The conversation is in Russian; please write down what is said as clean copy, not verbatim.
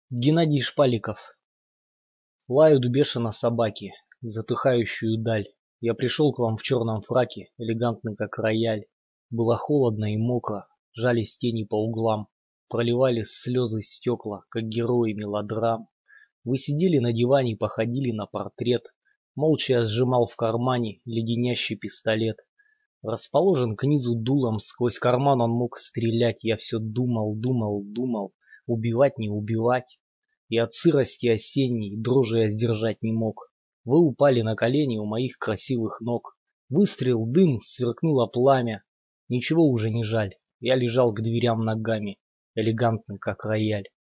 Геннадий Шпаликов. Лают бешено собаки в затыхающую даль. Я пришел к вам в черном фраке, элегантный как рояль. Было холодно и мокро, жались тени по углам, проливались слезы стекла, как герои мелодрам. Вы сидели на диване и походили на портрет. Молча я сжимал в кармане леденящий пистолет. Расположен к низу дулом, сквозь карман он мог стрелять. Я все думал, убивать не убивать. И от сырости осенней дрожи я сдержать не мог. Вы упали на колени у моих красивых ног. Выстрел, дым, сверкнуло пламя. Ничего уже не жаль, я лежал к дверям ногами, элегантный как рояль.